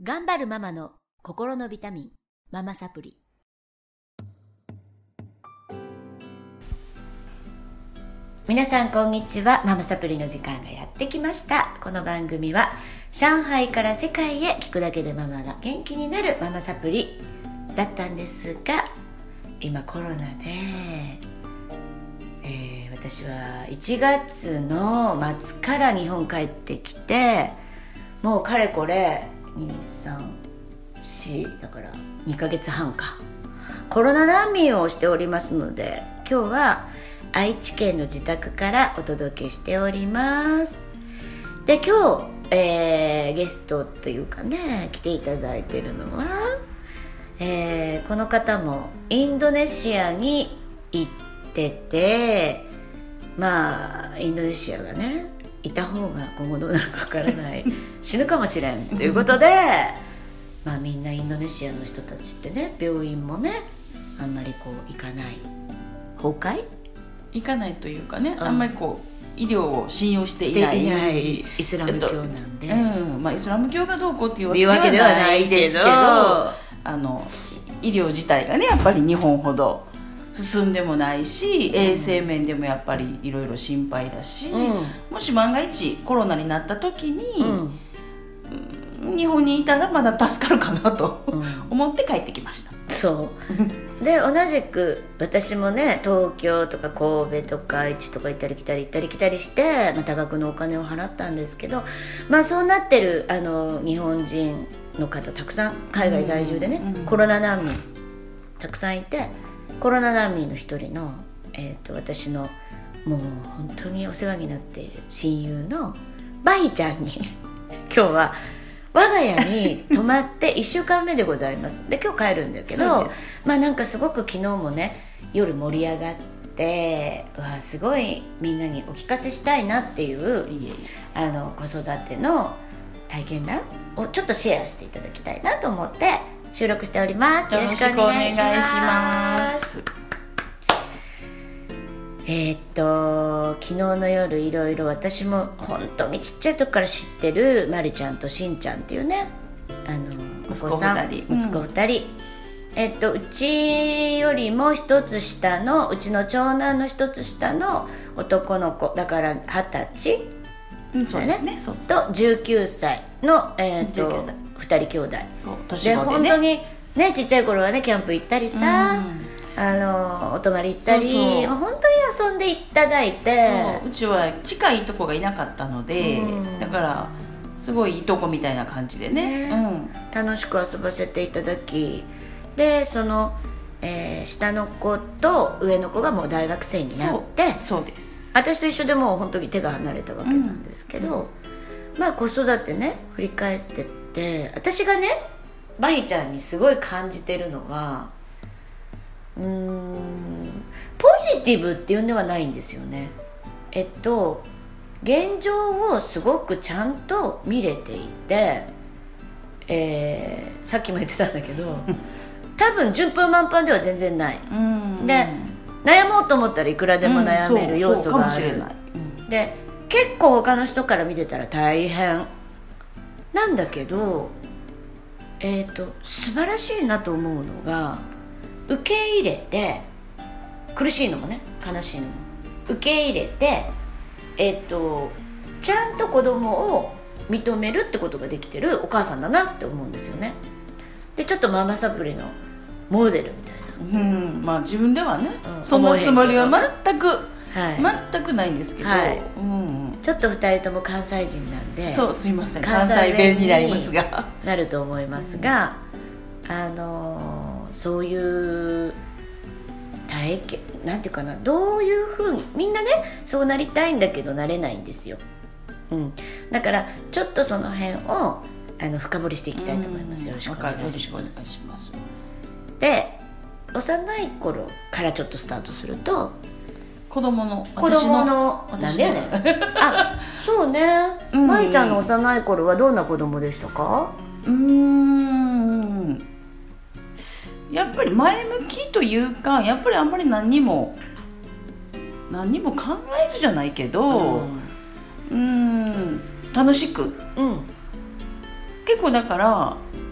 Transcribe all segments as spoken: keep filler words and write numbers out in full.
頑張るママの心のビタミン、ママサプリ。皆さんこんにちは。ママサプリの時間がやってきました。この番組は上海から世界へ聞くだけでママが元気になるママサプリだったんですが、今コロナで、えー、私はいちがつの末から日本帰ってきて、もうかれこれに、さん、よんだからにかげつはんかコロナ難民をしておりますので、今日は愛知県の自宅からお届けしております。で今日、えー、ゲストというかね来ていただいているのは、えー、この方もインドネシアに行ってて、まあインドネシアがねいた方が今後どうなるかわからない死ぬかもしれんということでまあみんなインドネシアの人たちってね、病院もねあんまりこう行かない、崩壊行かないというかね、うん、あんまりこう医療を信用していない、 していないイスラム教なんで、 うんまあ、イスラム教がどうこうっていうわけではないですけど、あの医療自体がねやっぱり日本ほど進んでもないし、衛生面でもやっぱりいろいろ心配だし、うん、もし万が一コロナになった時に、うん、日本にいたらまだ助かるかなと、うん、思って帰ってきました。 そうで同じく私もね東京とか神戸とか愛知とか行ったり来たり行ったり来たりして、まあ、多額のお金を払ったんですけど、まあそうなってるあの日本人の方たくさん海外在住でね、うん、コロナ難民たくさんいて、コロナ難民の一人の、えー、と私のもう本当にお世話になっている親友のバイちゃんに今日は我が家に泊まっていっしゅうかんめでございます。で今日帰るんだけど、まあなんかすごく昨日もね夜盛り上がって、わすごいみんなにお聞かせしたいなっていうあの子育ての体験談をちょっとシェアしていただきたいなと思って収録しております。よろしくお願いします。えー、っと昨日の夜いろいろ私も本当にちっちゃい時から知ってるまりちゃんとしんちゃんっていうね、あのお子さん息子ふたり、うん、えー、っとうちよりも一つ下のうちの長男の一つ下の男の子だからはたち、うん、そうですね、そうそうとじゅうきゅうさいの、えー、っとふたり兄弟で、ね、本当にねちっちゃい頃はねキャンプ行ったりさ、うん、あのお泊まり行ったり、そうそう本当に遊んでいただいて、 そううちは近いとこがいなかったので、うん、だからすごいいとこみたいな感じで ね, ね、 うん、楽しく遊ばせていただきで、その、えー、下の子と上の子がもう大学生になって、 そう、そうです。 私と一緒でもう本当に手が離れたわけなんですけど、うん、まあ子育てね振り返ってって私がねバヒちゃんにすごい感じてるのは、うーんポジティブっていうんではないんですよね。えっと現状をすごくちゃんと見れていて、えー、さっきも言ってたんだけど多分順風満帆では全然ない、うんで悩もうと思ったらいくらでも悩める要素がある、うん、で結構他の人から見てたら大変なんだけど、えーと素晴らしいなと思うのが受け入れて、苦しいのもね悲しいのも受け入れて、えーとちゃんと子供を認めるってことができてるお母さんだなって思うんですよね。でちょっとママサプリのモデルみたいな、 うんまあ自分ではね、うん、そのつもりは全く、はい、全くないんですけど、はいうん、 ちょっとふたりとも関西人なんで、 そうすいません関西弁になりますがなると思いますが、うん、あのそういう体験なんていうかな、どういうふうにみんなねそうなりたいんだけどなれないんですよ、うん、だからちょっとその辺をあの深掘りしていきたいと思います。よろしくお願いします。で幼い頃からちょっとスタートすると、 子供の子供のなんでやねんあそうね、まいちゃんの幼い頃はどんな子供でしたか？ うーんやっぱり前向きというか、やっぱりあんまり何にも何にも考えずじゃないけど、うん、うーん楽しく、うん、結構だから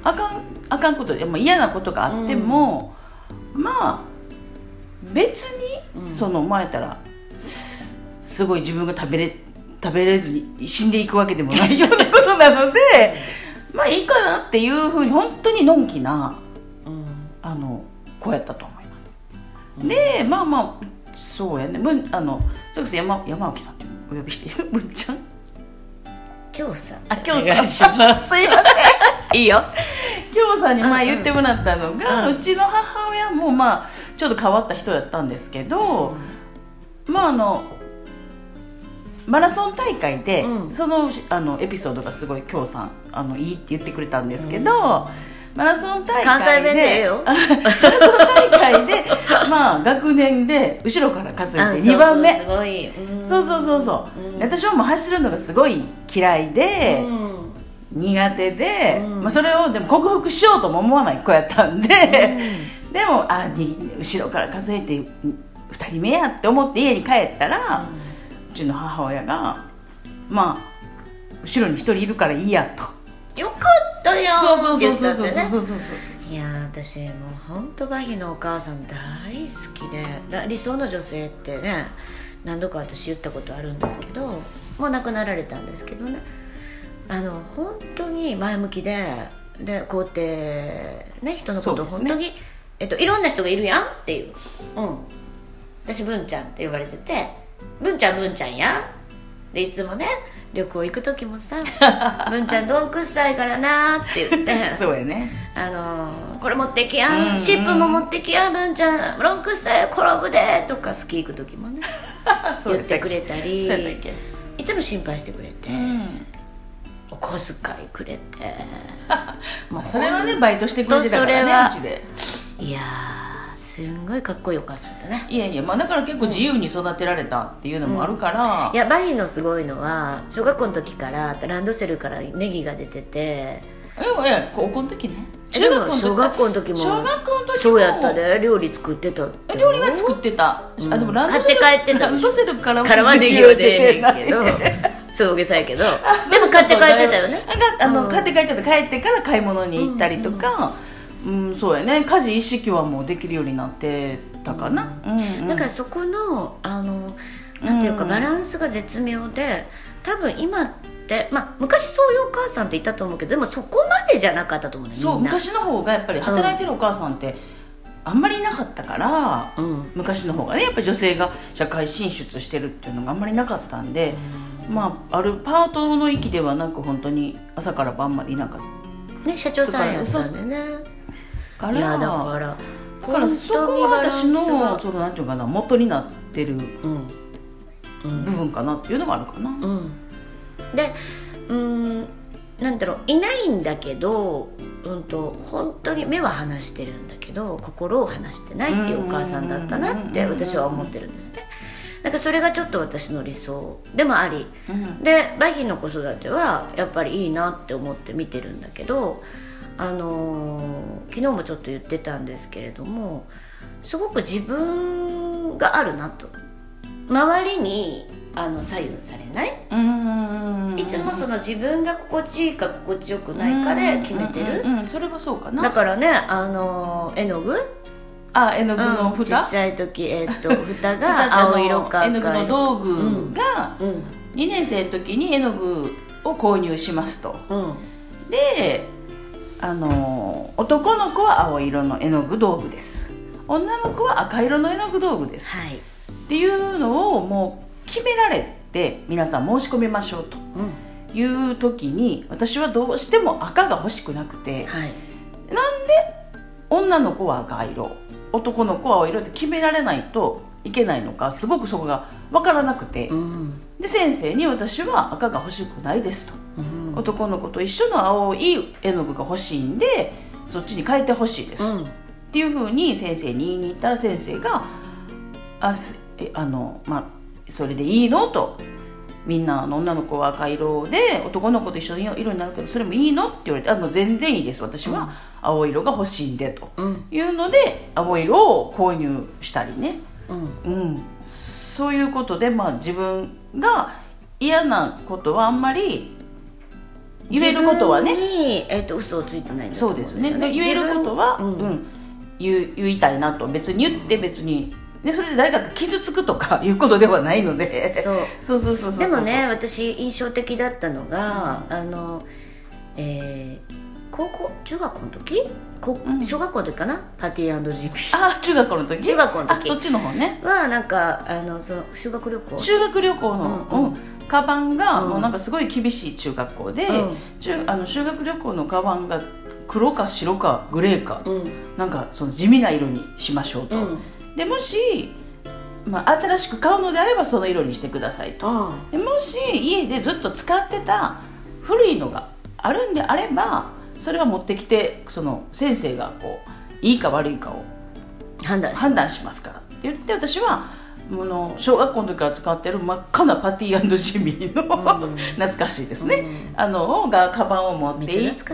あかんあかんことで、まあ、嫌なことがあっても、うん、まあ別に、うん、その前やったらすごい自分が食べれ食べれずに死んでいくわけでもないようなことなのでまあいいかなっていうふうに本当にのんきな、うん、あの子やったと思います、うん、でまあまあそうやねあのそれこそ 山, 山脇さんってお呼びしている文ちゃん京さんあ京さんお願いしますすいませんいいよ京さんに前言ってもらったのが、うんうん、うちの母親もまあちょっと変わった人だったんですけど、うん、まああのマラソン大会で、うん、そ の, あのエピソードがすごい京さんあのいいって言ってくれたんですけど、うん、マラソン大会で関西弁でええよマラソン大会でまあ学年で後ろから数えてにばんめすごい、うん、 そうそうそうそう、うん、私はもう走るのがすごい嫌いで、うん、苦手で、うんまあ、それをでも克服しようとも思わない子やったんで、うん、でもあに後ろから数えてふたりめやって思って家に帰ったら、うんうちの母親がまあ後ろに一人いるからいいやとよかったよそうそうそうそうそうそうそうそうそういや私もう本当バギのお母さん大好きでだ理想の女性ってね何度か私言ったことあるんですけどもう亡くなられたんですけどねあの本当に前向きででこうやってね人のことを本当に、ねえっと、いろんな人がいるやんっていう、うん、私文ちゃんって呼ばれてて文ちゃん文ちゃんやでいつもね旅行行く時もさ文ちゃんどんくっさいからなって言ってそうやねあのー、これ持ってきや、うんうん、湿布も持ってきや文ちゃんロンくっさい転ぶでとかスキー行く時もね言ってくれたりいつも心配してくれて、うん、お小遣いくれてまあそれはねバイトしてくれてたからねうちでいやーすんごいかっこいいお母さんだねいやいや、まあ、だから結構自由に育てられたっていうのもあるから、 うん、いやバギーのすごいのは小学校の時からランドセルからネギが出てていや高校の時ね中学校の時小学校の時も小学校の時もそうやったで料理作ってたって料理は作ってた、うん、あでもランドセル買って帰ってたランドセルからはネギは出へんけどそう大げさやけどでも買って帰ってたよねあの、うん、買って帰ってた帰ってから買い物に行ったりとか、うんうんうん、そうやね家事一式はもうできるようになってたかな、うんうんうん、 だからそこのあのなんていうかバランスが絶妙で多分今って、まあ、昔そういうお母さんっていたと思うけどでもそこまでじゃなかったと思うねみんなそう昔の方がやっぱり働いてるお母さんってあんまりいなかったから、うん、昔の方がねやっぱり女性が社会進出してるっていうのがあんまりなかったんで、うん、まああるパートの域ではなく本当に朝から晩までいなかったね社長さんやったんでねからいやだからだからそこは私のそのなんていうかな元になってる部分かなっていうのもあるかな、うんうん、でうーんなんだろういないんだけど、うんと本当に目は離してるんだけど心を離してないっていうお母さんだったなって私は思ってるんですね。だからそれがちょっと私の理想でもあり、うん、でバヒの子育てはやっぱりいいなって思って見てるんだけどあのー、昨日もちょっと言ってたんですけれどもすごく自分があるなと周りにあの左右されない、うーんいつもその自分が心地いいか心地よくないかで決めてる、 うんうんうん、それはそうかな。 だからねあの絵の具あ絵の具の蓋、 うん、ちっちゃい時、えー、っと蓋が青色か絵の具の道具がにねん生の時に絵の具を購入しますと、うん、であの男の子は青色の絵の具道具です女の子は赤色の絵の具道具です、はい、っていうのをもう決められて皆さん申し込みましょうという時に、うん、私はどうしても赤が欲しくなくて、はい、なんで女の子は赤色男の子は青色って決められないといけないのかすごくそこが分からなくて、うん、で先生に私は赤が欲しくないですと、うん、男の子と一緒の青い絵の具が欲しいんでそっちに変えてほしいです、うん、っていう風に先生に言いに行ったら先生があえあの、まあ、それでいいのとみんなの女の子は赤色で男の子と一緒の色になるけどそれもいいのって言われてあの全然いいです私は青色が欲しいんでというので、うん、青色を購入したりね、うんうん、そういうことで、まあ、自分が嫌なことはあんまり言えることはね、 自分に、えー、と嘘をついてないんだとそうです思うんですよね。言えることは、 うんうん、言う言いたいなと、別に言って別に、ね、それで誰かが傷つくとかいうことではないので、 そうそうそうそうそうそう。 でもね、私印象的だったのが、うん、あの、えー、高校中学校の時、こうん、 小学校の時かな、パーティー&ジミー。 あ、中学校の時、 中学校の時、 あ、そっちの方ねはなんかあのその修学旅行修学旅行の、 うんうんうん、カバンが、 うん、 もうなんかすごい厳しい中学校で、うん、中あの修学旅行のカバンが黒か白かグレーか、うん、なんかその地味な色にしましょうと、うん、でもし、まあ、新しく買うのであればその色にしてくださいと、うん、でもし家でずっと使ってた古いのがあるんであればそれは持ってきて、その先生がこういいか悪いかを判断します、 判断しますからって言って、私はもの小学校の時から使ってる真っ赤なパティ&ジミーの、うん、懐かしいですね、うん、あのがカバンを持っていって、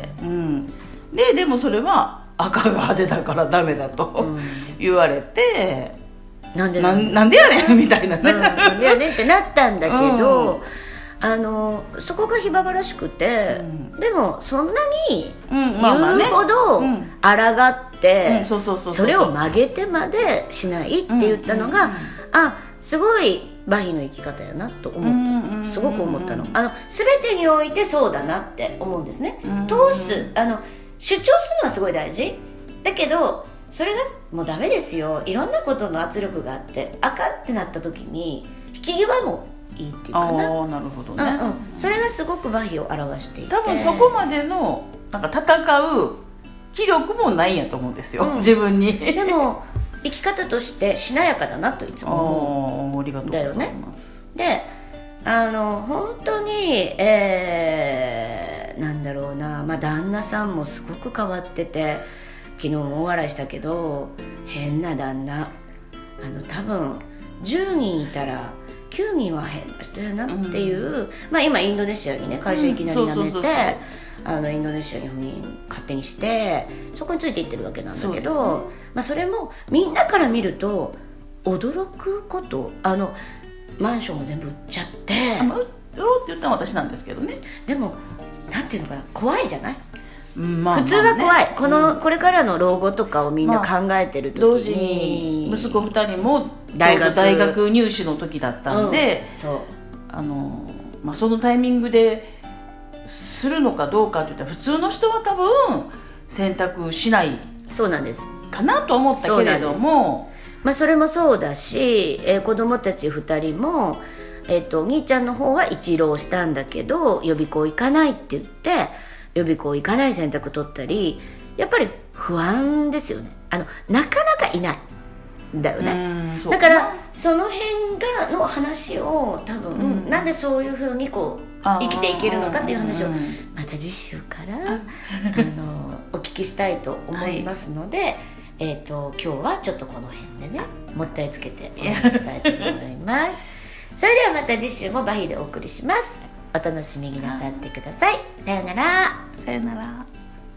うん、ででもそれは赤が派手だからダメだと、うん、言われて、 なんでな, なんでやねんみたいなね、うん、 なんでやねんってなったんだけど、うん、あのそこがひばばらしくて、うん、でもそんなに言うほど抗ってそれを曲げてまでしないって言ったのが、うんうんうん、あ、すごいバヒの生き方やなと思った、うんうんうん、すごく思ったの。あの全てにおいてそうだなって思うんですね、うんうん、通すあの主張するのはすごい大事だけど、それがもうダメですよ、いろんなことの圧力があって赤ってなった時に引き際もいいっていうかな。 あ、なるほどね、 うんうん、それがすごくバヒを表していて、 多分そこまでのなんか戦う気力もないんやと思うんですよ、うん、自分に。 でも生き方としてしなやかだなといつも思うんだよね。 ありがとうございます。 で、あの本当に、えー、なんだろうな、まあ、旦那さんもすごく変わってて、昨日もお笑いしたけど変な旦那、あの多分じゅうにんいたらきゅうにんは変な人やなっていう、うん、まあ、今インドネシアにね会社いきなり辞めて、あのインドネシアに赴任勝手にしてそこについていってるわけなんだけど、 そ,、ね、まあ、それもみんなから見ると驚くこと、あのマンションも全部売っちゃって、 まあ、売ろうって言ったのは私なんですけどね。 でもなんていうのかな、怖いじゃない、 まあ、 普通は怖い、 まあね、 この、うん、これからの老後とかをみんな考えてる時に、まあ、同時に息子ふたりも大学、大学入試の時だったんで、 うん、そうあの、まあ、そのタイミングでするのかどうかって言ったら普通の人は多分選択しないそうなんですかなと思ったけれども、 まあ、それもそうだし、えー、子供たちふたりも、えー、とお兄ちゃんの方は一浪したんだけど予備校行かないって言って予備校行かない選択取ったり、やっぱり不安ですよね。あのなかなかいないんだよね。だからその辺がの話を多分、うん、なんでそういうふうにこう生きていけるのかっていう話をまた次週からあのお聞きしたいと思いますので、はい、えーと、今日はちょっとこの辺でねもったいつけてお話したいと思いますそれではまた次週もバヒでお送りします。お楽しみになさってください。さよなら。 さよなら。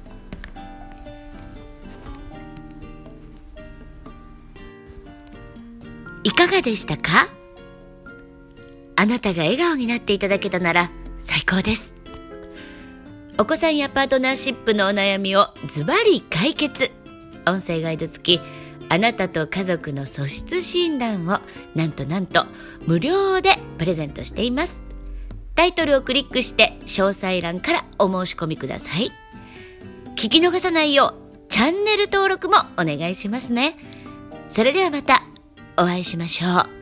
いかがでしたか？あなたが笑顔になっていただけたなら最高です。お子さんやパートナーシップのお悩みをズバリ解決。音声ガイド付きあなたと家族の素質診断をなんとなんと無料でプレゼントしています。タイトルをクリックして詳細欄からお申し込みください。聞き逃さないようチャンネル登録もお願いしますね。それではまたお会いしましょう。